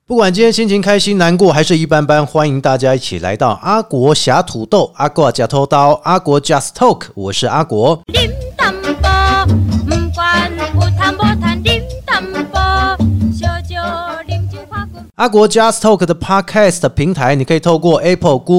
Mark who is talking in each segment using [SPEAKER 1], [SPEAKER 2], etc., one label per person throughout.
[SPEAKER 1] 不管今天心情开心、难过还是一般般，欢迎大家一起来到阿国侠土豆、阿国假偷刀、阿国 Just Talk， 我是阿国。阿国 Just Talk 的 Podcast 平台，你可以透过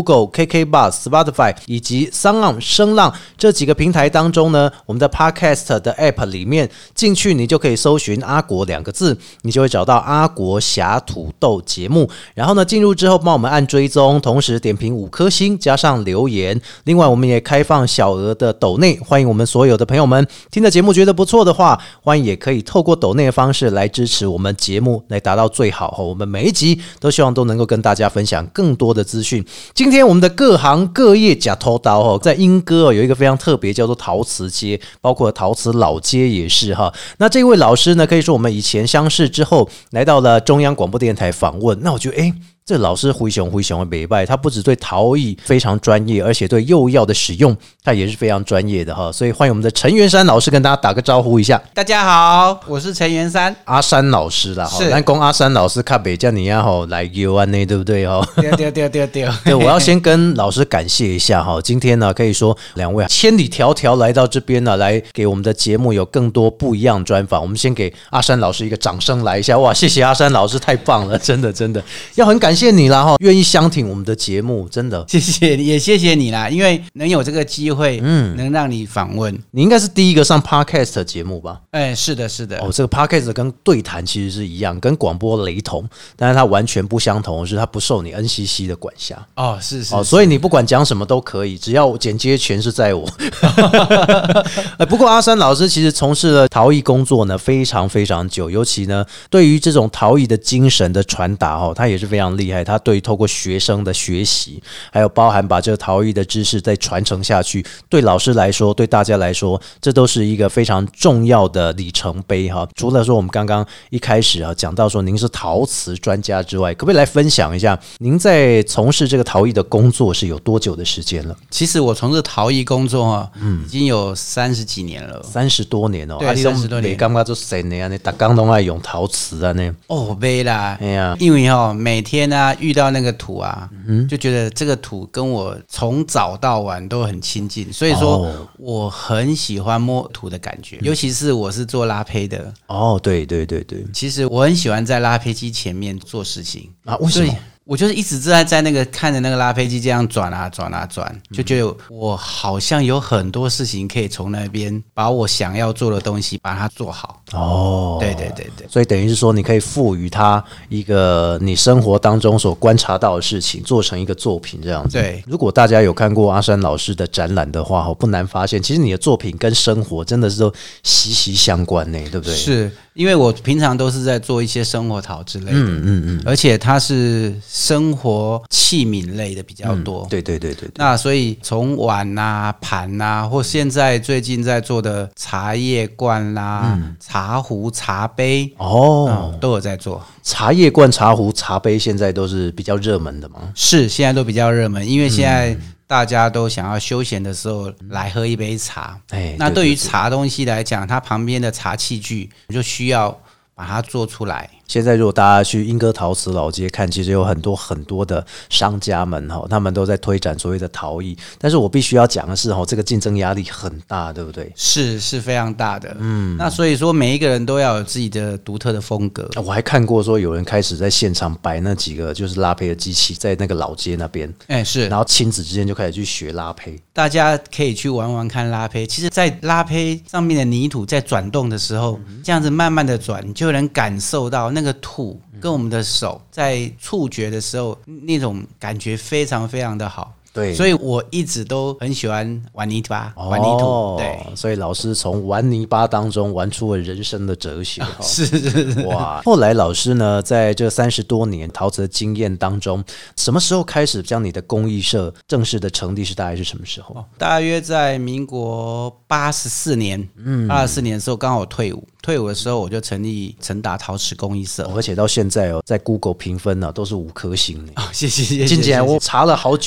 [SPEAKER 1] Apple、Google、KKBox、Spotify 以及 SoundOn 声浪这几个平台当中呢，我们的 Podcast 的 App 里面进去，你就可以搜寻阿国2个字，你就会找到阿国侠土豆节目。然后呢，进入之后帮我们按追踪，同时点评5颗星，加上留言。另外，我们也开放小额的抖内，欢迎我们所有的朋友们听的节目觉得不错的话，欢迎也可以透过抖内的方式来支持我们节目，来达到最好。我们每一集都希望都能够跟大家分享更多的资讯。今天我们的各行各业假偷刀在莺歌有一个非常特别叫做陶瓷街，包括陶瓷老街也是哈。那这位老师呢，可以说我们以前相识之后来到了中央广播电台访问，那我觉得这老师灰熊的北拜，他不只对陶艺非常专业，而且对釉药的使用他也是非常专业的哈。所以欢迎我们的陈元山老师跟大家打个招呼一下。
[SPEAKER 2] 大家好，我是陈元山，
[SPEAKER 1] 阿山老师啦。
[SPEAKER 2] 是，
[SPEAKER 1] 咱讲阿山老师较北叫你要来游安内，对不对哈？对，我要先跟老师感谢一下哈。今天呢，可以说2位千里迢迢来到这边呢，来给我们的节目有更多不一样的专访。我们先给阿山老师一个掌声来一下，哇，谢谢阿山老师，太棒了，真的要很感谢你啦哈，愿意相挺我们的节目，真的
[SPEAKER 2] 谢谢，也谢谢你啦，因为能有这个机会，能让你访问，
[SPEAKER 1] 你应该是第一个上 Podcast 的节目吧？
[SPEAKER 2] 是的
[SPEAKER 1] 这个 Podcast 跟对谈其实是一样，跟广播雷同，但是它完全不相同的是，它不受你 NCC 的管辖。
[SPEAKER 2] 是，
[SPEAKER 1] 所以你不管讲什么都可以，只要剪接权是在我。不过阿山老师其实从事了陶艺工作呢，非常久，尤其呢，对于这种陶艺的精神的传达他也是非常厉害。他对透过学生的学习，还有包含把这个陶艺的知识再传承下去，对老师来说，对大家来说，这都是一个非常重要的里程碑哈。除了说我们刚刚一开始讲到说您是陶瓷专家之外，可不可以来分享一下您在从事这个陶艺的工作是有多久的时间了？
[SPEAKER 2] 其实我从事陶艺工作已经有30几年了
[SPEAKER 1] ，30多年哦。
[SPEAKER 2] 对，30多年。
[SPEAKER 1] 你刚刚就神的呀，你大刚都爱用陶瓷啊呢？
[SPEAKER 2] 没啦，因为每天遇到那个土就觉得这个土跟我从早到晚都很亲近，所以说我很喜欢摸土的感觉，尤其是我是做拉胚的。
[SPEAKER 1] 对，
[SPEAKER 2] 其实我很喜欢在拉胚机前面做事情
[SPEAKER 1] 为什么？
[SPEAKER 2] 我就是一直在那个看着那个拉胚机这样转，就觉得我好像有很多事情可以从那边把我想要做的东西把它做好。对，
[SPEAKER 1] 所以等于是说，你可以赋予它一个你生活当中所观察到的事情，做成一个作品这样子。
[SPEAKER 2] 对，
[SPEAKER 1] 如果大家有看过阿山老师的展览的话，不难发现，其实你的作品跟生活真的是都息息相关呢，对不对？
[SPEAKER 2] 是。因为我平常都是在做一些生活陶之类的，而且它是生活器皿类的比较多。
[SPEAKER 1] 对。
[SPEAKER 2] 那所以从碗盘或现在最近在做的茶叶罐茶壶、茶杯都有在做。
[SPEAKER 1] 茶叶罐、茶壶、茶杯现在都是比较热门的吗？
[SPEAKER 2] 是，现在都比较热门，因为现在大家都想要休闲的时候来喝一杯茶。那对于茶东西来讲，它旁边的茶器具就需要把它做出来。
[SPEAKER 1] 现在如果大家去莺歌陶瓷老街看，其实有很多的商家们他们都在推展所谓的陶艺，但是我必须要讲的是这个竞争压力很大，对不对？
[SPEAKER 2] 是非常大的。那所以说每一个人都要有自己的独特的风格。
[SPEAKER 1] 我还看过说有人开始在现场摆那几个就是拉胚的机器在那个老街那边，
[SPEAKER 2] 是，
[SPEAKER 1] 然后亲子之间就开始去学拉胚。
[SPEAKER 2] 大家可以去玩看拉胚，其实在拉胚上面的泥土在转动的时候，这样子慢慢的转，你就能感受到那个土跟我们的手在触觉的时候那种感觉非常的好。
[SPEAKER 1] 对，
[SPEAKER 2] 所以我一直都很喜欢玩泥巴、玩泥土。对，
[SPEAKER 1] 所以老师从玩泥巴当中玩出了人生的哲学。
[SPEAKER 2] 是
[SPEAKER 1] 哇！后来老师呢，在这30多年陶瓷的经验当中，什么时候开始将你的工艺社正式的成立？是大概是什么时候？
[SPEAKER 2] 大约在民国84年，84年的时候刚好退伍。退伍的时候我就成立成达陶瓷工艺社，
[SPEAKER 1] 而且到现在在 Google 评分都是5颗星。
[SPEAKER 2] 谢谢。
[SPEAKER 1] 近起来我查了好久，我帮你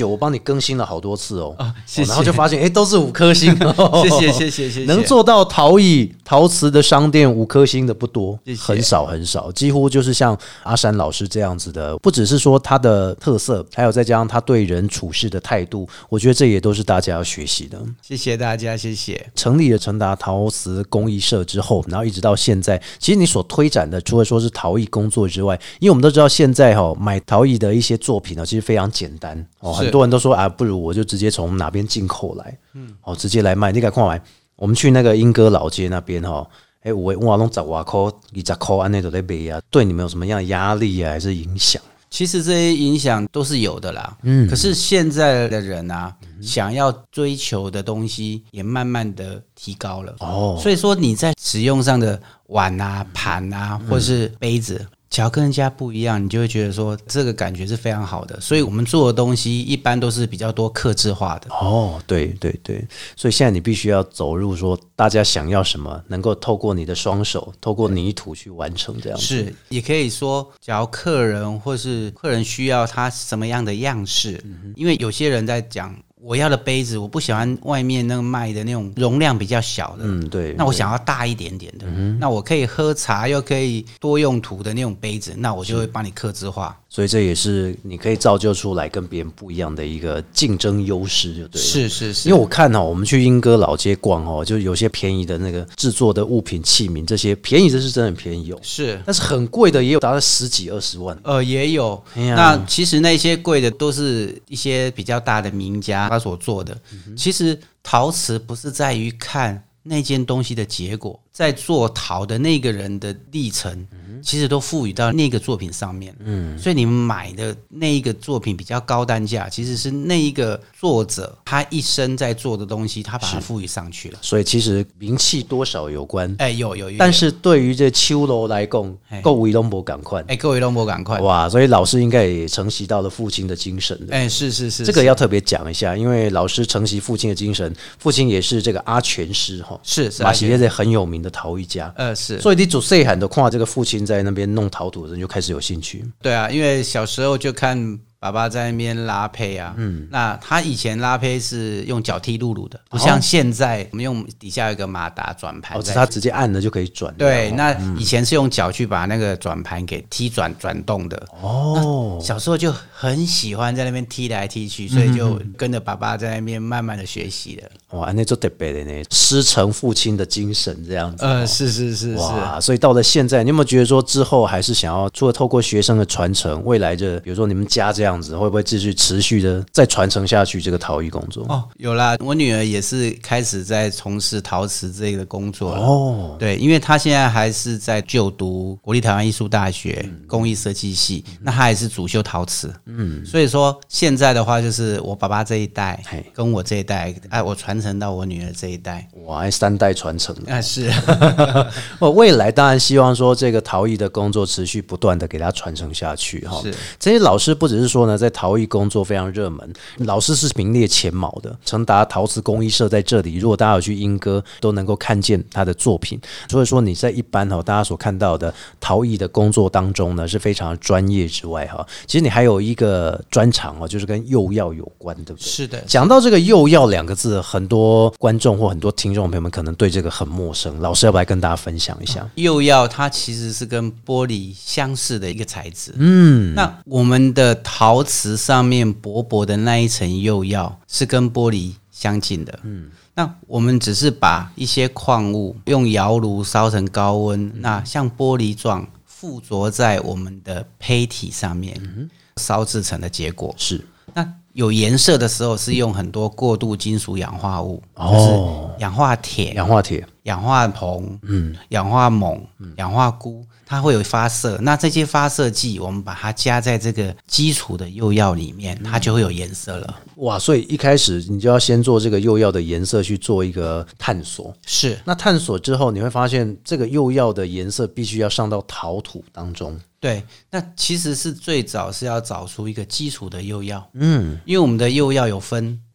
[SPEAKER 1] 更新了好多次哦，
[SPEAKER 2] 谢谢，
[SPEAKER 1] 然后就发现都是5颗星，
[SPEAKER 2] 谢谢，
[SPEAKER 1] 能做到陶瓷的商店5颗星的不多，
[SPEAKER 2] 谢谢
[SPEAKER 1] 很少，几乎就是像阿山老师这样子的，不只是说他的特色，还有再加上他对人处事的态度，我觉得这也都是大家要学习的。
[SPEAKER 2] 谢谢大家，谢谢。
[SPEAKER 1] 成立了成达陶瓷工艺社之后，然后一直到现在，其实你所推展的，除了说是陶艺工作之外，因为我们都知道现在买陶艺的一些作品其实非常简单很多人都说不如我就直接从哪边进口来，直接来卖。你敢看来，我们去那个莺歌老街那边我弄10瓦块、20块安内都在卖啊，对你们有什么样的压力还是影响？
[SPEAKER 2] 其实这些影响都是有的啦，可是现在的人啊，想要追求的东西也慢慢的提高了所以说你在使用上的碗啊、盘啊，或是杯子，只要跟人家不一样，你就会觉得说这个感觉是非常好的。所以我们做的东西一般都是比较多客制化的。
[SPEAKER 1] 对，所以现在你必须要走入说大家想要什么，能够透过你的双手，透过泥土去完成这样子。
[SPEAKER 2] 是，也可以说，假如客人或是客人需要他什么样的样式，因为有些人在讲。我要的杯子，我不喜欢外面那个卖的那种容量比较小的，
[SPEAKER 1] 对。
[SPEAKER 2] 那我想要大一点点的，那我可以喝茶又可以多用途的那种杯子，那我就会帮你客制化。
[SPEAKER 1] 所以这也是你可以造就出来跟别人不一样的一个竞争优势，就对了。
[SPEAKER 2] 是，
[SPEAKER 1] 因为我看我们去莺歌老街逛就有些便宜的那个制作的物品器皿，这些便宜的是真的很便宜
[SPEAKER 2] 是，但
[SPEAKER 1] 是很贵的也有达到10几20万。
[SPEAKER 2] 也有。那其实那些贵的都是一些比较大的名家他所做的。其实陶瓷不是在于看那件东西的结果，在做陶的那个人的历程，其实都赋予到那个作品上面。所以你们买的那一个作品比较高单价，其实是那一个作者他一生在做的东西，他把它赋予上去了。
[SPEAKER 1] 所以其实名气多少有关，
[SPEAKER 2] 有。
[SPEAKER 1] 但是对于这秋楼来讲，各位都没赶快，
[SPEAKER 2] 各位都没赶快。
[SPEAKER 1] 哇！所以老师应该也承袭到了父亲的精神的。
[SPEAKER 2] 是，
[SPEAKER 1] 这个要特别讲一下，因为老师承袭父亲的精神，父亲也是这个阿全师
[SPEAKER 2] 是
[SPEAKER 1] 马喜业很有名的陶艺家。
[SPEAKER 2] 是。
[SPEAKER 1] 所以你祖细汉都看到这个父亲在那边弄陶土的人，就开始有兴趣。
[SPEAKER 2] 对啊，因为小时候就看爸爸在那边拉胚啊，那他以前拉胚是用脚踢露露的，不像现在我们用底下有一个马达转盘，
[SPEAKER 1] 他直接按了就可以转。
[SPEAKER 2] 对，那以前是用脚去把那个转盘给踢转动的。小时候就很喜欢在那边踢来踢去，所以就跟着爸爸在那边慢慢的学习了。
[SPEAKER 1] 哇，那就特别的呢，师承父亲的精神这样子。
[SPEAKER 2] 是。
[SPEAKER 1] 哇，所以到了现在，你有没有觉得说之后还是想要除了透过学生的传承，未来比如说你们家这样子，会不会继续持续的再传承下去这个陶艺工作？
[SPEAKER 2] 有啦，我女儿也是开始在从事陶瓷这个工作了。对，因为她现在还是在就读国立台湾艺术大学工艺设计系，那她也是主修陶瓷。所以说现在的话，就是我爸爸这一代跟我这一代，我传承到我女儿这一代。
[SPEAKER 1] 哇，3代传承
[SPEAKER 2] 是。
[SPEAKER 1] 未来当然希望说这个陶艺的工作持续不断的给它传承下去
[SPEAKER 2] 是。
[SPEAKER 1] 这些老师不只是说呢在陶艺工作非常热门，老师是名列前茅的。成达陶瓷工艺社在这里，如果大家有去莺歌，都能够看见他的作品。所以说你在一般大家所看到的陶艺的工作当中呢，是非常的专业之外其实你还有一个专长就是跟釉药有关，对不对？
[SPEAKER 2] 是的。
[SPEAKER 1] 讲到这个釉药2个字，很多观众或很多听众朋友们可能对这个很陌生，老师要不要来跟大家分享一下？
[SPEAKER 2] 釉药它其实是跟玻璃相似的一个材质。那我们的陶瓷上面薄薄的那一层釉药是跟玻璃相近的。那我们只是把一些矿物用窑炉烧成高温，那像玻璃状附着在我们的胚体上面，烧制成的结果。
[SPEAKER 1] 是。
[SPEAKER 2] 那有颜色的时候是用很多过渡金属氧化物，就是氧化铁、氧化硼、氧化锰、氧化钴，它会有发色。那这些发色剂，我们把它加在这个基础的釉药里面，它就会有颜色了。
[SPEAKER 1] 哇，所以一开始你就要先做这个釉药的颜色去做一个探索。
[SPEAKER 2] 是。
[SPEAKER 1] 那探索之后，你会发现这个釉药的颜色必须要上到陶土当中。
[SPEAKER 2] 对，那其实是最早是要找出一个基础的釉药。因为我们的釉药有分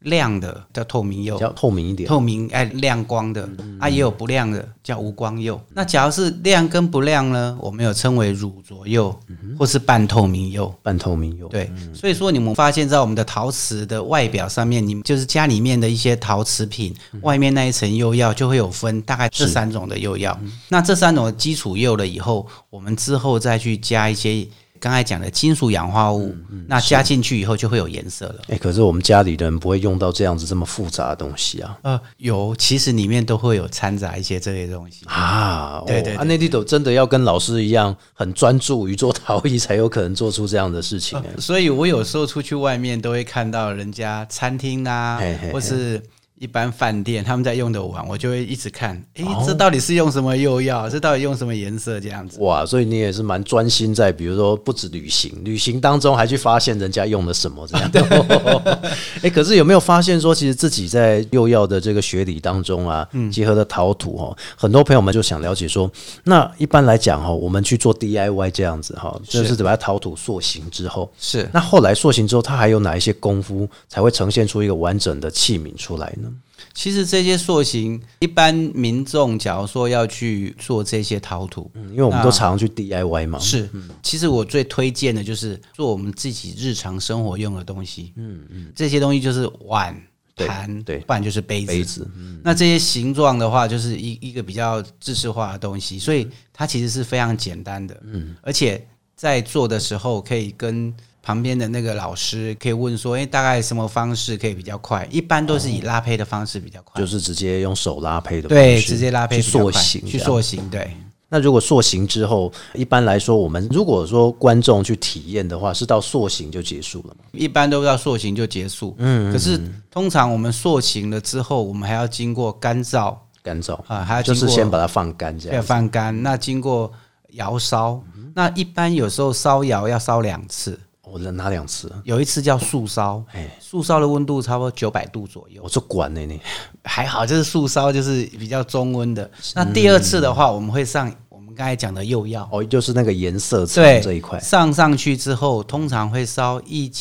[SPEAKER 2] 亮的叫透明釉，
[SPEAKER 1] 比较透明一点，
[SPEAKER 2] 透明亮光的也有不亮的叫无光釉。那假如是亮跟不亮呢，我们有称为乳浊釉或是半透明釉。
[SPEAKER 1] 半透明釉，
[SPEAKER 2] 对，所以说你们发现在我们的陶瓷的外表上面，你们就是家里面的一些陶瓷品，外面那一层釉药就会有分大概这3种的釉药。那这3种的基础釉了以后，我们之后再去加一些刚才讲的金属氧化物，那加进去以后就会有颜色了。
[SPEAKER 1] 可是我们家里的人不会用到这样子这么复杂的东西啊。
[SPEAKER 2] 有，其实里面都会有掺杂一些这些东西
[SPEAKER 1] 啊。
[SPEAKER 2] 对对，
[SPEAKER 1] 内地斗真的要跟老师一样很专注于做陶艺，才有可能做出这样的事情。
[SPEAKER 2] 所以我有时候出去外面都会看到人家餐厅啊，或是一般饭店他们在用的碗，我就会一直看，这到底是用什么釉药，这到底用什么颜色这样子。
[SPEAKER 1] 哇，所以你也是蛮专心在比如说不止旅行当中还去发现人家用了什么这样。可是有没有发现说其实自己在釉药的这个学理当中啊，结合了陶土，很多朋友们就想了解说，那一般来讲我们去做 DIY 这样子就是把陶土塑形之后，
[SPEAKER 2] 是
[SPEAKER 1] 那后来塑形之后它还有哪一些功夫才会呈现出一个完整的器皿出来呢？
[SPEAKER 2] 其实这些塑形，一般民众假如说要去做这些陶土，
[SPEAKER 1] 因为我们都常去 DIY 嘛。
[SPEAKER 2] 是，其实我最推荐的就是做我们自己日常生活用的东西。这些东西就是碗、盘，对，不然就是杯子。那这些形状的话，就是一个比较制式化的东西，所以它其实是非常简单的。而且在做的时候可以跟旁边的那个老师可以问说，大概什么方式可以比较快？一般都是以拉胚的方式比较快，
[SPEAKER 1] 就是直接用手拉胚的方式，
[SPEAKER 2] 对，直接拉胚
[SPEAKER 1] 去塑形，
[SPEAKER 2] 去塑形，对。
[SPEAKER 1] 那如果塑形之后，一般来说，我们如果说观众去体验的话，是到塑形就结束了吗？
[SPEAKER 2] 一般都到塑形就结束。可是通常我们塑形了之后，我们还要经过干燥
[SPEAKER 1] 还要就是先把它放干，这样
[SPEAKER 2] 对，放干。那经过窑烧，那一般有时候烧窑要烧2次。
[SPEAKER 1] 哪2次？
[SPEAKER 2] 有一次叫素烧，素烧的温度差不多900度左右。
[SPEAKER 1] 我说管呢，你
[SPEAKER 2] 还好，就是素烧就是比较中温的。那第2次的话，我们会上我们刚才讲的釉药，
[SPEAKER 1] 就是那个颜色层这一块。
[SPEAKER 2] 上去之后，通常会烧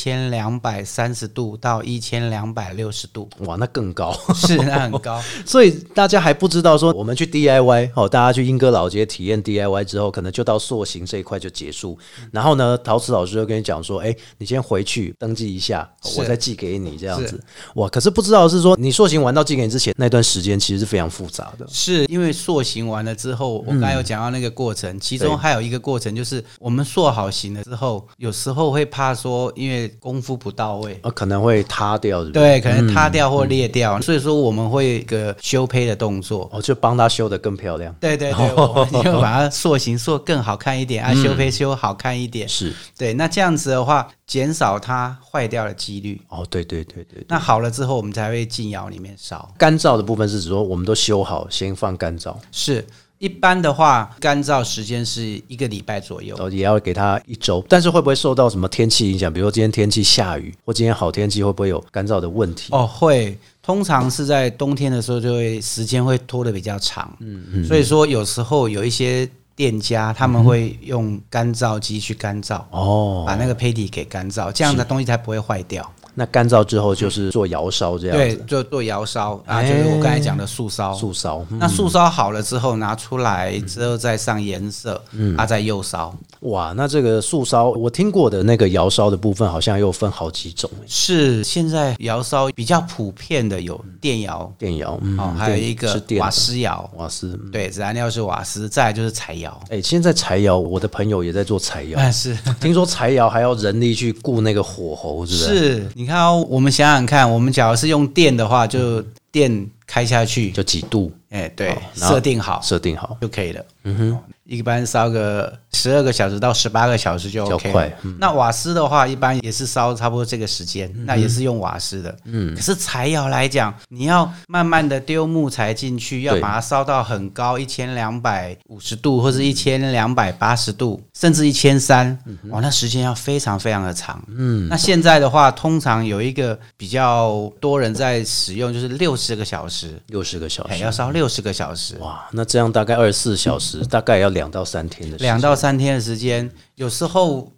[SPEAKER 2] 1230度到1260度。
[SPEAKER 1] 哇，那更高，
[SPEAKER 2] 是那很高。
[SPEAKER 1] 所以大家还不知道说，我们去 DIY 大家去莺歌老街体验 DIY 之后，可能就到塑形这一块就结束。然后呢，陶瓷老师就跟你讲说，你先回去登记一下，我再寄给你这样子。哇，可是不知道的是说，你塑形完到寄给你之前那段时间其实是非常复杂的。
[SPEAKER 2] 是因为塑形完了之后，我刚才有讲到那个过程，其中还有一个过程就是我们塑好形了之后，有时候会怕说因为功夫不到位，
[SPEAKER 1] 可能会塌掉，
[SPEAKER 2] 对，可能塌掉或裂掉，所以说我们会有一个修胚的动作，
[SPEAKER 1] 就帮它修得更漂亮。
[SPEAKER 2] 对，我们就把它塑形塑更好看一点修胚修好看一点，
[SPEAKER 1] 是
[SPEAKER 2] 对。那这样子的话，减少它坏掉的几率。
[SPEAKER 1] 对。
[SPEAKER 2] 那好了之后，我们才会进窑里面烧。
[SPEAKER 1] 干燥的部分是指说我们都修好，先放干燥。
[SPEAKER 2] 是。一般的话，干燥时间是1个礼拜左右，
[SPEAKER 1] 也要给它1周。但是会不会受到什么天气影响？比如说今天天气下雨，或今天好天气，会不会有干燥的问题？
[SPEAKER 2] 会。通常是在冬天的时候，就会时间会拖得比较长。所以说有时候有一些店家他们会用干燥机去干燥，把那个胚体给干燥，这样的东西才不会坏掉。
[SPEAKER 1] 那干燥之后就是做窑烧这样子，
[SPEAKER 2] 对，就做窑烧就是我刚才讲的素烧。那素烧好了之后拿出来之后再上颜色，再釉烧。
[SPEAKER 1] 哇，那这个素烧我听过的那个窑烧的部分好像又分好几种。
[SPEAKER 2] 是，现在窑烧比较普遍的有电窑，还有一个瓦斯窑，对，燃料是瓦斯，再来就是柴窑。
[SPEAKER 1] 现在柴窑我的朋友也在做柴窑，
[SPEAKER 2] 是，
[SPEAKER 1] 听说柴窑还要人力去顾那个火候，是不是？
[SPEAKER 2] 是，你看我们想想看，我们假如是用电的话，就电开下去
[SPEAKER 1] 就几度，
[SPEAKER 2] 对，设定好就可以了。一般烧个12个小时到18个小时就 OK 了。那瓦斯的话，一般也是烧差不多这个时间，那也是用瓦斯的。可是柴窑来讲，你要慢慢的丢木材进去，要把它烧到很高，1250度或是1280度，甚至1300，那时间要非常非常的长。那现在的话，通常有一个比较多人在使用，就是60个小时，要烧60个小时。
[SPEAKER 1] 哇，那这样大概24小时，大概要2到3天的时间。
[SPEAKER 2] 2到3天的时间，有时候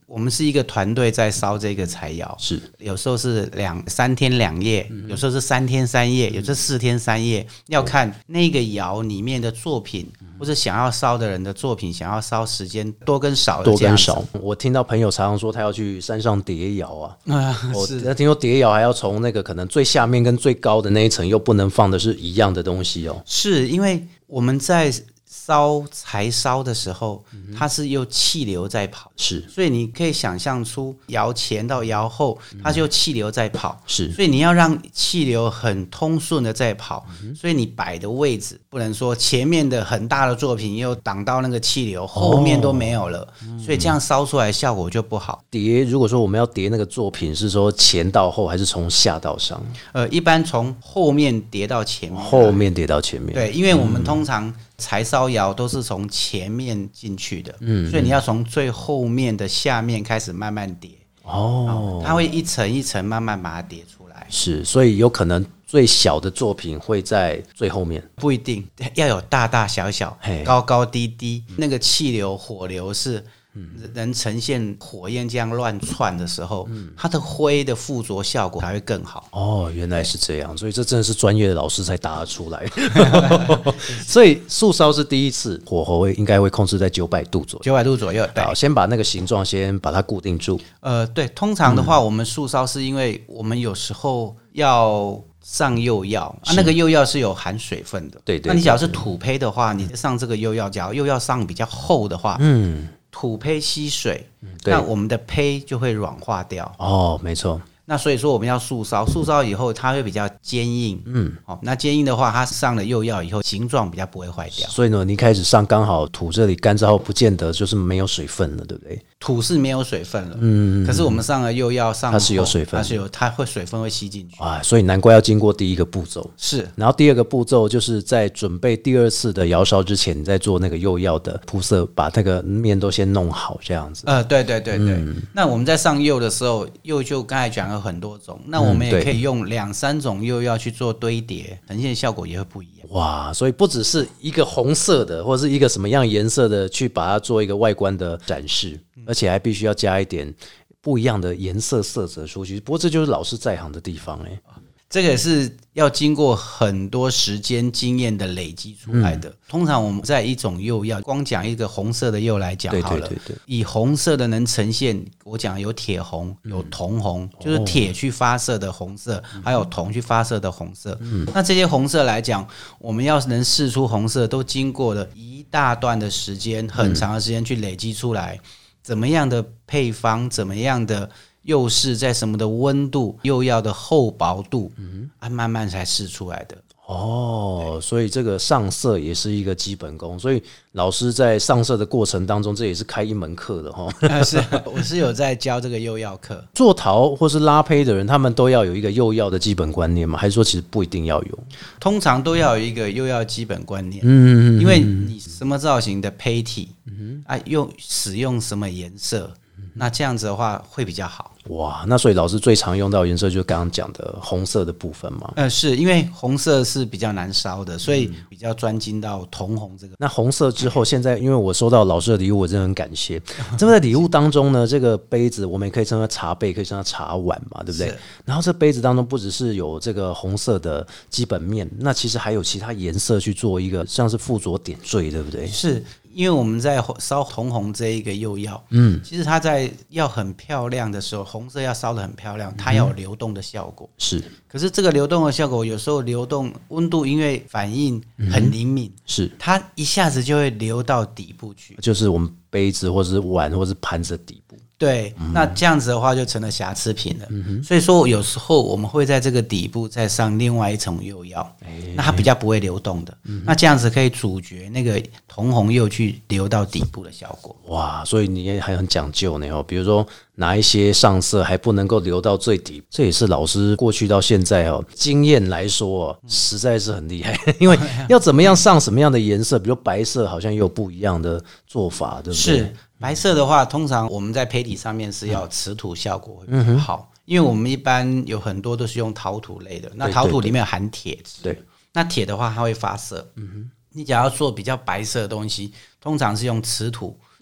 [SPEAKER 2] 我们是一个团队在烧这个柴窑，
[SPEAKER 1] 是
[SPEAKER 2] 有时候是3天2夜，有时候是3天3夜，有时候4天3夜，要看那个窑里面的作品，或者想要烧的人的作品，想要烧时间多跟少的这样子。
[SPEAKER 1] 多跟少，我听到朋友常常说他要去山上叠窑啊，我
[SPEAKER 2] 是
[SPEAKER 1] 听说叠窑还要从那个可能最下面跟最高的那一层又不能放的是一样的东西哦。
[SPEAKER 2] 是因为我们在柴烧的时候，它是用气流在跑，
[SPEAKER 1] 是，
[SPEAKER 2] 所以你可以想象出窑前到窑后，它就气流在跑，
[SPEAKER 1] 是，
[SPEAKER 2] 所以你要让气流很通顺的在跑，所以你摆的位置不能说前面的很大的作品又挡到那个气流，后面都没有了，所以这样烧出来效果就不好。
[SPEAKER 1] 叠，如果说我们要叠那个作品，是说前到后还是从下到上？
[SPEAKER 2] 一般从后面叠到前面，
[SPEAKER 1] 后面叠到前面。
[SPEAKER 2] 对，因为我们通常柴烧窑都是从前面进去的，所以你要从最后面的下面开始慢慢叠，它会一层一层慢慢把它叠出来。
[SPEAKER 1] 是，所以有可能最小的作品会在最后面，
[SPEAKER 2] 不一定要有大大小小、高高低低，那个气流、火流是能呈现火焰这样乱窜的时候，它的灰的附着效果才会更好。
[SPEAKER 1] 哦，原来是这样，所以这真的是专业的老师才答得出来。所以素烧是第一次，火候应该会控制在900度左右。
[SPEAKER 2] 900度左右，对。
[SPEAKER 1] 好，先把那个形状先把它固定住。
[SPEAKER 2] 对，通常的话，我们素烧是因为我们有时候要上釉药那个釉药是有含水分的。
[SPEAKER 1] 对对。
[SPEAKER 2] 那你只要是土坯的话，你上这个釉药，假如釉药上比较厚的话，土坯吸水，那我们的坯就会软化掉。
[SPEAKER 1] 哦，没错。
[SPEAKER 2] 那所以说我们要素烧，素烧以后它会比较坚硬，那坚硬的话，它上了釉药以后形状比较不会坏掉。
[SPEAKER 1] 所以呢，你开始上刚好土这里干燥后，不见得就是没有水分了，对不对？
[SPEAKER 2] 土是没有水分了，可是我们上了釉药上，
[SPEAKER 1] 它是有水分，
[SPEAKER 2] 它会水分会吸进去
[SPEAKER 1] 啊，所以难怪要经过第一个步骤
[SPEAKER 2] 是，
[SPEAKER 1] 然后第二个步骤就是在准备第二次的窑烧之前，你在做那个釉药的铺色，把那个面都先弄好，这样子。
[SPEAKER 2] 对对对对。那我们在上釉的时候，釉就刚才讲了很多种，那我们也可以用2-3种釉药去做堆叠，呈现效果也会不一样。
[SPEAKER 1] 哇，所以不只是一个红色的，或者是一个什么样颜色的，去把它做一个外观的展示，而且还必须要加一点不一样的颜色色泽出去。不过这就是老师在行的地方
[SPEAKER 2] 这个是要经过很多时间经验的累积出来的。通常我们在一种釉药，光讲一个红色的釉来讲好了，对，以红色的能呈现，我讲有铁红、有铜红，就是铁去发射的红色，还有铜去发射的红色。那这些红色来讲，我们要能释出红色，都经过了一大段的时间，很长的时间去累积出来。怎么样的配方，怎么样的釉是在什么的温度，釉药的厚薄度，慢慢才试出来的。
[SPEAKER 1] 所以这个上色也是一个基本功，所以老师在上色的过程当中，这也是开一门课的
[SPEAKER 2] 是，我是有在教这个釉药课。
[SPEAKER 1] 做陶或是拉坯的人，他们都要有一个釉药的基本观念吗？还是说其实不一定要有？
[SPEAKER 2] 通常都要有一个釉药基本观念，因为你什么造型的坯体，使用什么颜色，那这样子的话会比较好。
[SPEAKER 1] 哇，那所以老师最常用到的颜色就是刚刚讲的红色的部分吗？
[SPEAKER 2] 是因为红色是比较难烧的，所以比较专精到铜红这个。
[SPEAKER 1] 那红色之后，现在因为我收到老师的礼物，我真的很感谢。这么在礼物当中呢，这个杯子我们也可以称它茶杯，可以称它茶碗嘛，对不对？然后这杯子当中不只是有这个红色的基本面，那其实还有其他颜色去做一个像是附着点缀，对不对？
[SPEAKER 2] 是。因为我们在烧铜红这一个釉药，其实它在要很漂亮的时候，红色要烧得很漂亮，它要有流动的效果。
[SPEAKER 1] 是，
[SPEAKER 2] 可是这个流动的效果，有时候流动温度因为反应很灵敏，
[SPEAKER 1] 是
[SPEAKER 2] 它一下子就会流到底部去，
[SPEAKER 1] 就是我们杯子或者是碗或者是盘子的底部。
[SPEAKER 2] 对，那这样子的话就成了瑕疵品了。所以说有时候我们会在这个底部再上另外一层釉药，那它比较不会流动的。那这样子可以阻绝那个铜红釉去流到底部的效果。
[SPEAKER 1] 哇，所以你也还很讲究呢比如说拿一些上色还不能够流到最底，这也是老师过去到现在经验来说实在是很厉害。因为要怎么样上什么样的颜色，比如白色好像也有不一样的做法，对不对？
[SPEAKER 2] 是。白色的话，通常我们在坯体上面是要瓷土效果会比较好，因为我们一般有很多都是用陶土类的，那陶土里面有含铁质，
[SPEAKER 1] 对，
[SPEAKER 2] 那铁的话它会发色。你只要做比较白色的东西，通常是用瓷土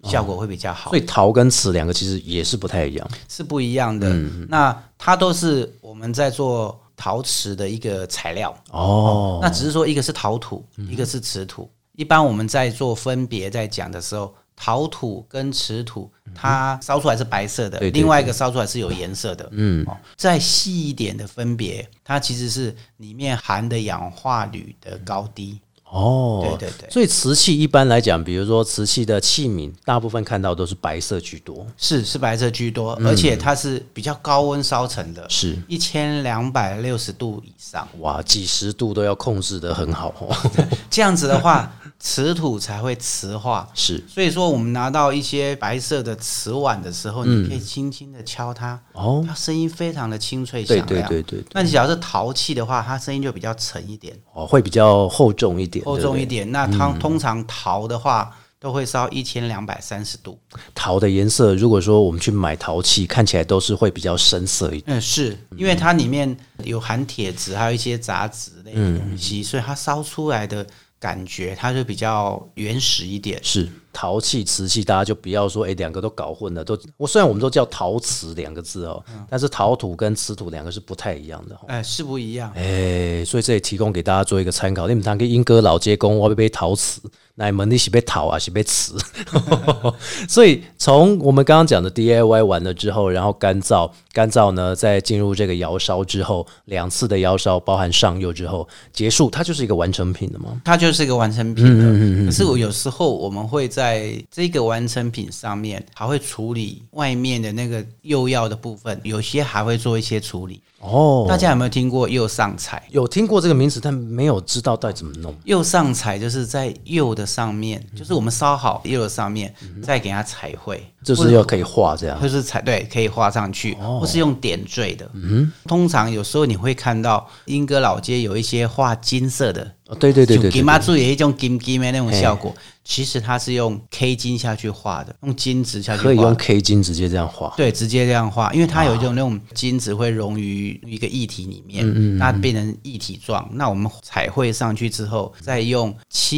[SPEAKER 2] 效果会比较好。
[SPEAKER 1] 所以陶跟瓷两个其实也是不太一样，
[SPEAKER 2] 是不一样的。那它都是我们在做陶瓷的一个材料那只是说一个是陶土，一个是瓷土。一般我们在做分别在讲的时候，陶土跟瓷土它烧出来是白色的，另外一个烧出来是有颜色的。再细一点的分别，它其实是里面含的氧化铝的高低。对，
[SPEAKER 1] 所以瓷器一般来讲，比如说瓷器的器皿，大部分看到都是白色居多，
[SPEAKER 2] 是白色居多，而且它是比较高温烧成的，
[SPEAKER 1] 是
[SPEAKER 2] 1260度以上，
[SPEAKER 1] 哇，几十度都要控制得很好
[SPEAKER 2] 这样子的话，瓷土才会瓷化。
[SPEAKER 1] 是，
[SPEAKER 2] 所以说我们拿到一些白色的瓷碗的时候，你可以轻轻的敲它，它声音非常的清脆响亮。对。那你只要是陶器的话，它声音就比较沉一点，
[SPEAKER 1] 会比较厚重一点。
[SPEAKER 2] 那通常陶的话都会烧1230度。
[SPEAKER 1] 陶的颜色，如果说我们去买陶器，看起来都是会比较深色一点。
[SPEAKER 2] 是因为它里面有含铁质，还有一些杂质类的东西，所以它烧出来的感觉它就比较原始一点。
[SPEAKER 1] 是陶器、瓷器，大家就不要说两个都搞混了。虽然我们都叫陶瓷两个字但是陶土跟瓷土两个是不太一样的
[SPEAKER 2] 是不一样。
[SPEAKER 1] 所以这也提供给大家做一个参考。你们当去英歌老街讲我要买陶瓷，那门你是被陶还是被瓷？所以从我们刚刚讲的 DIY 完了之后，然后干燥呢，再进入这个窑烧之后，2次的窑烧包含上釉之后结束，它就是一个完成品了吗？
[SPEAKER 2] 它就是一个完成品了。可是有时候我们会在这个完成品上面还会处理外面的那个釉药的部分，有些还会做一些处理。大家有没有听过釉上彩？
[SPEAKER 1] 有听过这个名词，但没有知道到底怎么弄。
[SPEAKER 2] 釉上彩就是在釉的上面，就是我们烧好釉的上面，再给它彩绘，
[SPEAKER 1] 就是要可以画这样，
[SPEAKER 2] 就是可以画上去，或是用点缀的。通常有时候你会看到莺歌老街有一些画金色的，
[SPEAKER 1] 对，
[SPEAKER 2] 金妈注有一种金金的那种效果。其实它是用 K 金下去画的，用金子下去画的，
[SPEAKER 1] 可以用 K 金直接这样画。
[SPEAKER 2] 对，直接这样画，因为它有一种那种金子会溶于一个液体里面，它变成液体状。那我们彩绘上去之后，再用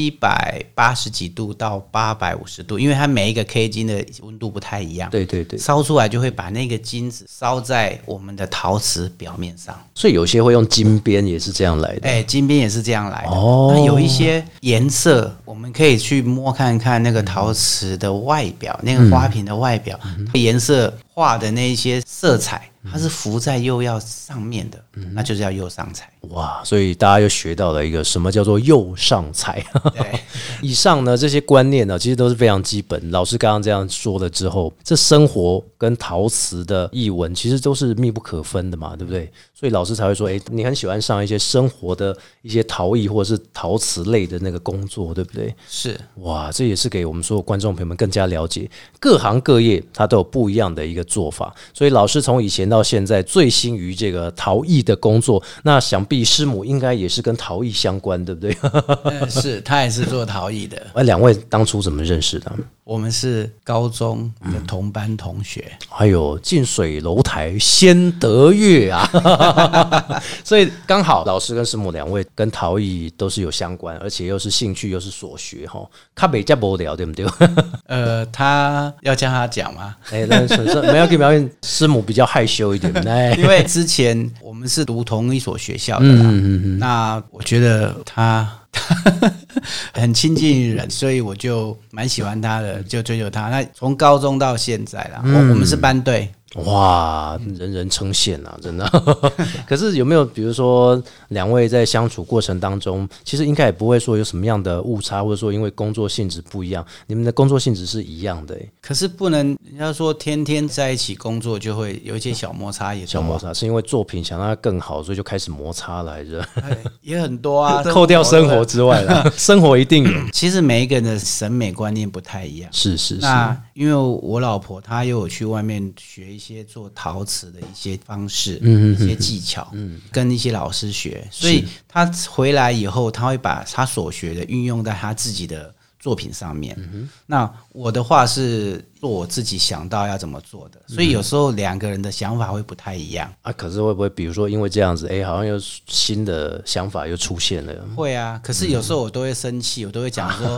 [SPEAKER 2] 780几度到850度，因为它每一个 K 金的温度不太一样。
[SPEAKER 1] 对，
[SPEAKER 2] 烧出来就会把那个金子烧在我们的陶瓷表面上。
[SPEAKER 1] 所以有些会用金边也是这样来的。
[SPEAKER 2] 金边也是这样来的。那有一些颜色，我们可以去摸看看那个陶瓷的外表，那个花瓶的外表，颜色画的那些色彩，它是浮在釉药上面的，那就叫釉上彩。
[SPEAKER 1] 哇，所以大家又学到了一个什么叫做釉上彩。
[SPEAKER 2] 对，
[SPEAKER 1] 以上呢这些观念呢，其实都是非常基本。老师刚刚这样说了之后，这生活跟陶瓷的艺文其实都是密不可分的嘛，对不对？所以老师才会说，你很喜欢上一些生活的一些陶艺或者是陶瓷类的那个工作，对不对？
[SPEAKER 2] 是。
[SPEAKER 1] 哇，这也是给我们所有观众朋友们更加了解，各行各业它都有不一样的一个做法。所以老师从以前到现在醉心于这个陶艺的工作，那想必师母应该也是跟陶艺相关，对不对？
[SPEAKER 2] 是，他也是做陶艺的。
[SPEAKER 1] 2位当初怎么认识的？
[SPEAKER 2] 我们是高中的同班同学。
[SPEAKER 1] 还有近水楼台先得月啊！所以刚好老师跟师母2位跟陶艺都是有相关，而且又是兴趣又是所学哈，较袂遮无聊，对不对？
[SPEAKER 2] 他要叫他讲吗？
[SPEAKER 1] 没有给表演，师母比较害羞一点。
[SPEAKER 2] 因为之前我们是读同一所学校的啦，那我觉得他很亲近于人，所以我就蛮喜欢他的，就追求他。那从高中到现在啦，我们是班队。
[SPEAKER 1] 哇，人人称羡啊，真的。可是有没有比如说2位在相处过程当中，其实应该也不会说有什么样的误差，或者说因为工作性质不一样，你们的工作性质是一样的。
[SPEAKER 2] 可是不能人家说天天在一起工作就会有一些小摩擦，也
[SPEAKER 1] 小摩擦是因为作品想让它更好，所以就开始摩擦来着。
[SPEAKER 2] 也很多啊，
[SPEAKER 1] 扣掉生活之外啦，生活一定有。
[SPEAKER 2] 其实每一个人的审美观念不太一样。
[SPEAKER 1] 是。
[SPEAKER 2] 那因为我老婆她又有去外面学一些做陶瓷的一些方式，一些技巧，跟一些老师学，所以她回来以后，她会把她所学的运用在她自己的作品上面。那我的话是做我自己想到要怎么做的，所以有时候2个人的想法会不太一样
[SPEAKER 1] 啊。可是会不会比如说因为这样子，好像又新的想法又出现了？
[SPEAKER 2] 会啊，可是有时候我都会生气，我都会讲说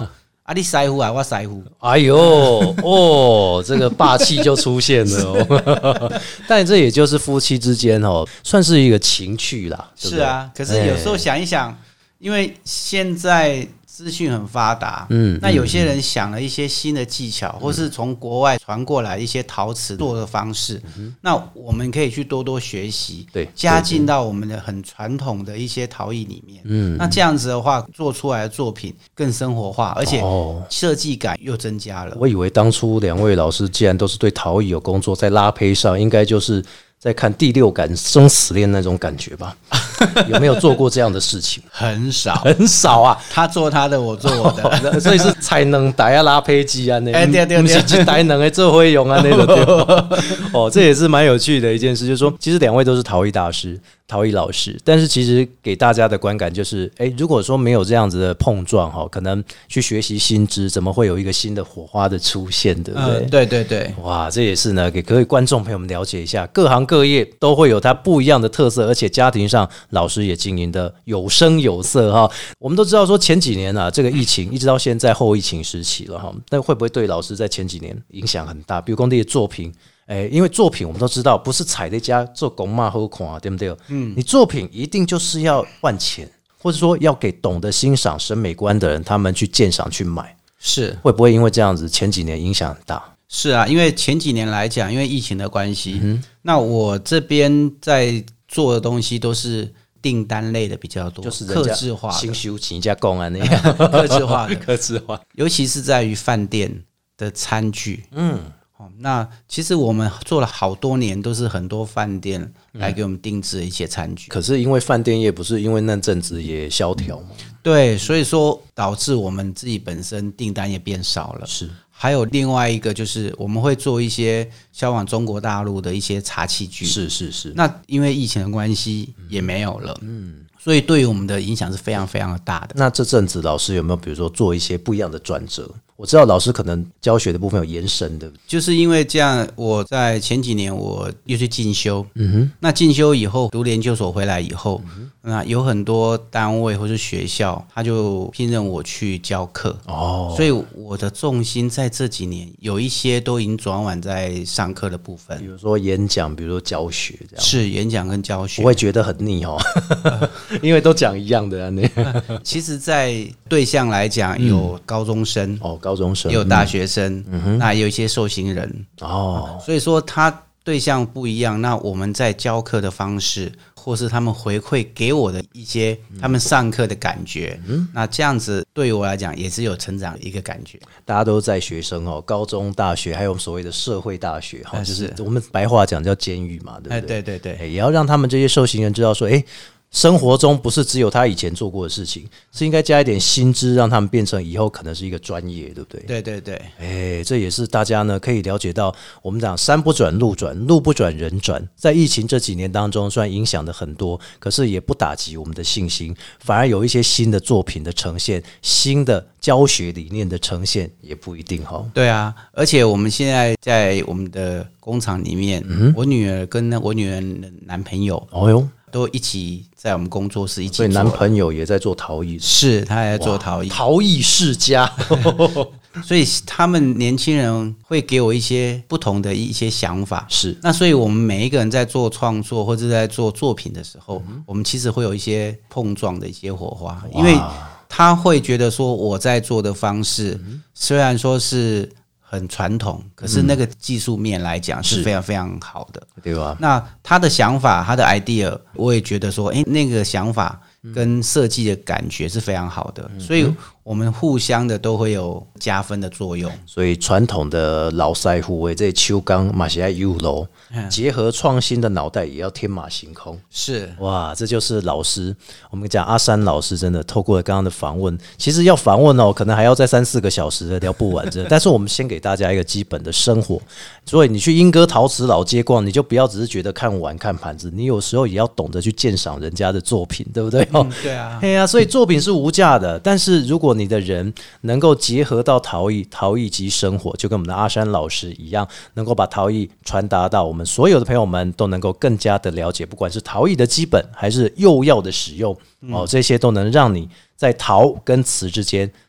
[SPEAKER 2] 啊，你师傅啊，我师傅。
[SPEAKER 1] 哎呦哦，这个霸气就出现了哦。但这也就是夫妻之间哦，算是一个情趣啦。对不对
[SPEAKER 2] 是啊，可是有时候想一想，因为现在资讯很发达，那有些人想了一些新的技巧，或是从国外传过来一些陶瓷做的方式，那我们可以去多多学习，
[SPEAKER 1] 对，
[SPEAKER 2] 加进到我们的很传统的一些陶艺里面。那这样子的话，做出来的作品更生活化，而且设计感又增加了。
[SPEAKER 1] 我以为当初两位老师既然都是对陶艺有工作，在拉胚上应该就是在看第六感生死恋那种感觉吧？有没有做过这样的事情？
[SPEAKER 2] 很少，
[SPEAKER 1] 很少啊。
[SPEAKER 2] 他做他的，我做我的，
[SPEAKER 1] 所以是才能台啊拉胚机啊，那
[SPEAKER 2] 对，
[SPEAKER 1] 不是去台能的这会用啊那个对吧？哦，这也是蛮有趣的一件事，就是说，其实两位都是陶艺大师。陶艺老师，但是其实给大家的观感就是，如果说没有这样子的碰撞可能去学习新知，怎么会有一个新的火花的出现，对不对？
[SPEAKER 2] 对对对，
[SPEAKER 1] 哇，这也是呢，给各位观众朋友们了解一下，各行各业都会有它不一样的特色，而且家庭上老师也经营的有声有色哈。我们都知道说前几年啊，这个疫情一直到现在后疫情时期了哈，那会不会对老师在前几年影响很大？比如工地的作品。因为作品我们都知道不是踩在家做公骂好看啊，对不对？你作品一定就是要换钱，或者说要给懂得欣赏审美观的人，他们去鉴赏去买，
[SPEAKER 2] 是
[SPEAKER 1] 会不会因为这样子前几年影响很大？
[SPEAKER 2] 是啊，因为前几年来讲，因为疫情的关系，那我这边在做的东西都是订单类的比较多，
[SPEAKER 1] 就是
[SPEAKER 2] 客制化的，
[SPEAKER 1] 新修请一家公安那样
[SPEAKER 2] 客制化的，
[SPEAKER 1] 客制化，
[SPEAKER 2] 尤其是在于饭店的餐具，那其实我们做了好多年，都是很多饭店来给我们定制的一些餐具。
[SPEAKER 1] 可是因为饭店业不是因为那阵子也萧条吗？
[SPEAKER 2] 对，所以说导致我们自己本身订单也变少了。
[SPEAKER 1] 是，
[SPEAKER 2] 还有另外一个就是我们会做一些销往中国大陆的一些茶器具。
[SPEAKER 1] 是。
[SPEAKER 2] 那因为疫情的关系也没有了。所以对于我们的影响是非常非常的大的。
[SPEAKER 1] 那这阵子老师有没有比如说做一些不一样的转折？我知道老师可能教学的部分有延伸的，
[SPEAKER 2] 就是因为这样，我在前几年我又去进修，那进修以后读研究所回来以后，那有很多单位或是学校，他就聘任我去教课，所以我的重心在这几年有一些都已经转往在上课的部分，
[SPEAKER 1] 比如说演讲，比如说教学这样，
[SPEAKER 2] 是演讲跟教学，
[SPEAKER 1] 不会觉得很腻因为都讲一样的
[SPEAKER 2] 其实在对象来讲，有高中生
[SPEAKER 1] 高中生
[SPEAKER 2] 也有大学生，那也有一些受刑人所以说他对象不一样。那我们在教课的方式，或是他们回馈给我的一些他们上课的感觉，那这样子对于我来讲也是有成长的一个感觉。
[SPEAKER 1] 大家都在学生高中、大学，还有所谓的社会大学就是我们白话讲叫监狱嘛，对不对？
[SPEAKER 2] 对，
[SPEAKER 1] 也要让他们这些受刑人知道说，生活中不是只有他以前做过的事情，是应该加一点新知，让他们变成以后可能是一个专业，对不对？
[SPEAKER 2] 对，
[SPEAKER 1] 这也是大家呢可以了解到，我们讲山不转路转，路不转人转，在疫情这几年当中，虽然影响的很多，可是也不打击我们的信心，反而有一些新的作品的呈现，新的教学理念的呈现，也不一定
[SPEAKER 2] 对啊，而且我们现在在我们的工厂里面，我女儿跟我女儿的男朋友，都一起在我们工作室一起做，
[SPEAKER 1] 所以男朋友也在做陶艺，
[SPEAKER 2] 是他也在做陶艺，
[SPEAKER 1] 陶艺世家
[SPEAKER 2] 所以他们年轻人会给我一些不同的一些想法，
[SPEAKER 1] 是
[SPEAKER 2] 那所以我们每一个人在做创作或者在做作品的时候，我们其实会有一些碰撞的一些火花，因为他会觉得说我在做的方式虽然说是很传统，可是那个技术面来讲是非常非常好的，
[SPEAKER 1] 对吧？
[SPEAKER 2] 那他的想法，他的 idea， 我也觉得说，那个想法跟设计的感觉是非常好的，所以我们互相的都会有加分的作用。
[SPEAKER 1] 所以传统的老师傅这手工嘛是要有路，结合创新的脑袋也要天马行空。
[SPEAKER 2] 是
[SPEAKER 1] 哇，这就是老师。我们讲阿山老师真的透过刚刚的访问，其实要访问可能还要再3-4个小时的聊不完这。但是我们先给大家一个基本的生活，所以你去莺歌陶瓷老街逛，你就不要只是觉得看碗看盘子，你有时候也要懂得去鉴赏人家的作品，对不对？
[SPEAKER 2] 对啊，
[SPEAKER 1] 所以作品是无价的，但是如果你的人能够结合到陶艺及生活，就跟我们的阿山老师一样，能够把陶艺传达到我们所有的朋友们都能够更加的了解，不管是陶艺的基本还是釉药的使用这些都能让你在陶跟瓷之间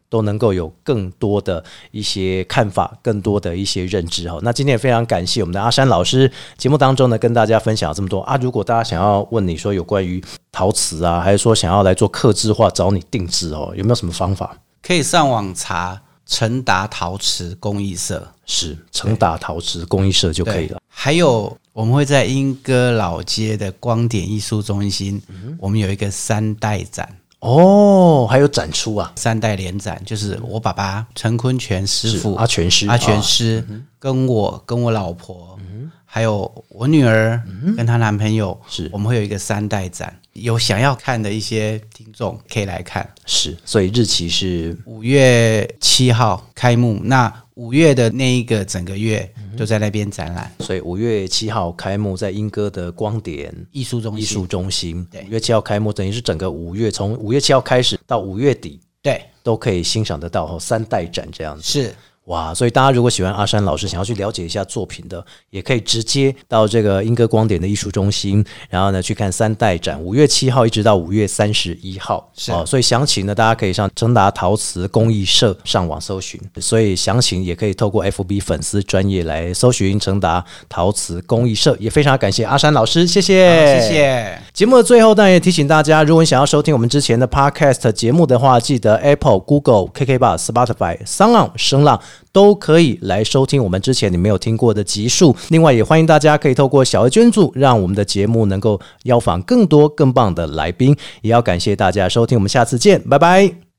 [SPEAKER 1] 都能够有更多的一些看法，更多的一些认知。那今天也非常感谢我们的阿山老师，节目当中呢跟大家分享这么多啊。如果大家想要问你说有关于陶瓷啊，还是说想要来做客制化找你定制有没有什么方法？
[SPEAKER 2] 可以上网查成达陶瓷工艺社，
[SPEAKER 1] 是成达陶瓷工艺社就可以了。
[SPEAKER 2] 还有我们会在莺歌老街的光点艺术中心，我们有一个3代展。
[SPEAKER 1] 还有展出啊
[SPEAKER 2] ，3代联展，就是我爸爸陈坤全师傅，
[SPEAKER 1] 阿全师，
[SPEAKER 2] 跟我老婆，还有我女儿跟她男朋友，我们会有一个3代展，有想要看的一些听众可以来看。
[SPEAKER 1] 是，所以日期是
[SPEAKER 2] 5月7号开幕，那5月的那一个整个月都在那边展览。
[SPEAKER 1] 所以5月7号开幕，在莺歌的光点
[SPEAKER 2] 艺术中心。
[SPEAKER 1] 5月7号开幕，等于是整个5月，从5月7号开始到5月底，
[SPEAKER 2] 对，
[SPEAKER 1] 都可以欣赏得到3代展这样子。
[SPEAKER 2] 是。
[SPEAKER 1] 哇，所以大家如果喜欢阿山老师，想要去了解一下作品的，也可以直接到这个莺歌光点的艺术中心，然后呢去看3代展，5月7号一直到5月31号。
[SPEAKER 2] 是
[SPEAKER 1] 所以详情呢，大家可以上成达陶瓷工艺社上网搜寻，所以详情也可以透过 FB 粉丝专页来搜寻成达陶瓷工艺社。也非常感谢阿山老师，谢谢，
[SPEAKER 2] 谢谢。
[SPEAKER 1] 节目的最后，当然也提醒大家，如果你想要收听我们之前的 Podcast 节目的话，记得 Apple、Google、KKBOX、Spotify、SoundOn、声浪都可以来收听我们之前你没有听过的集数。另外也欢迎大家可以透过小额捐助，让我们的节目能够邀访更多更棒的来宾。也要感谢大家收听，我们下次见，拜拜。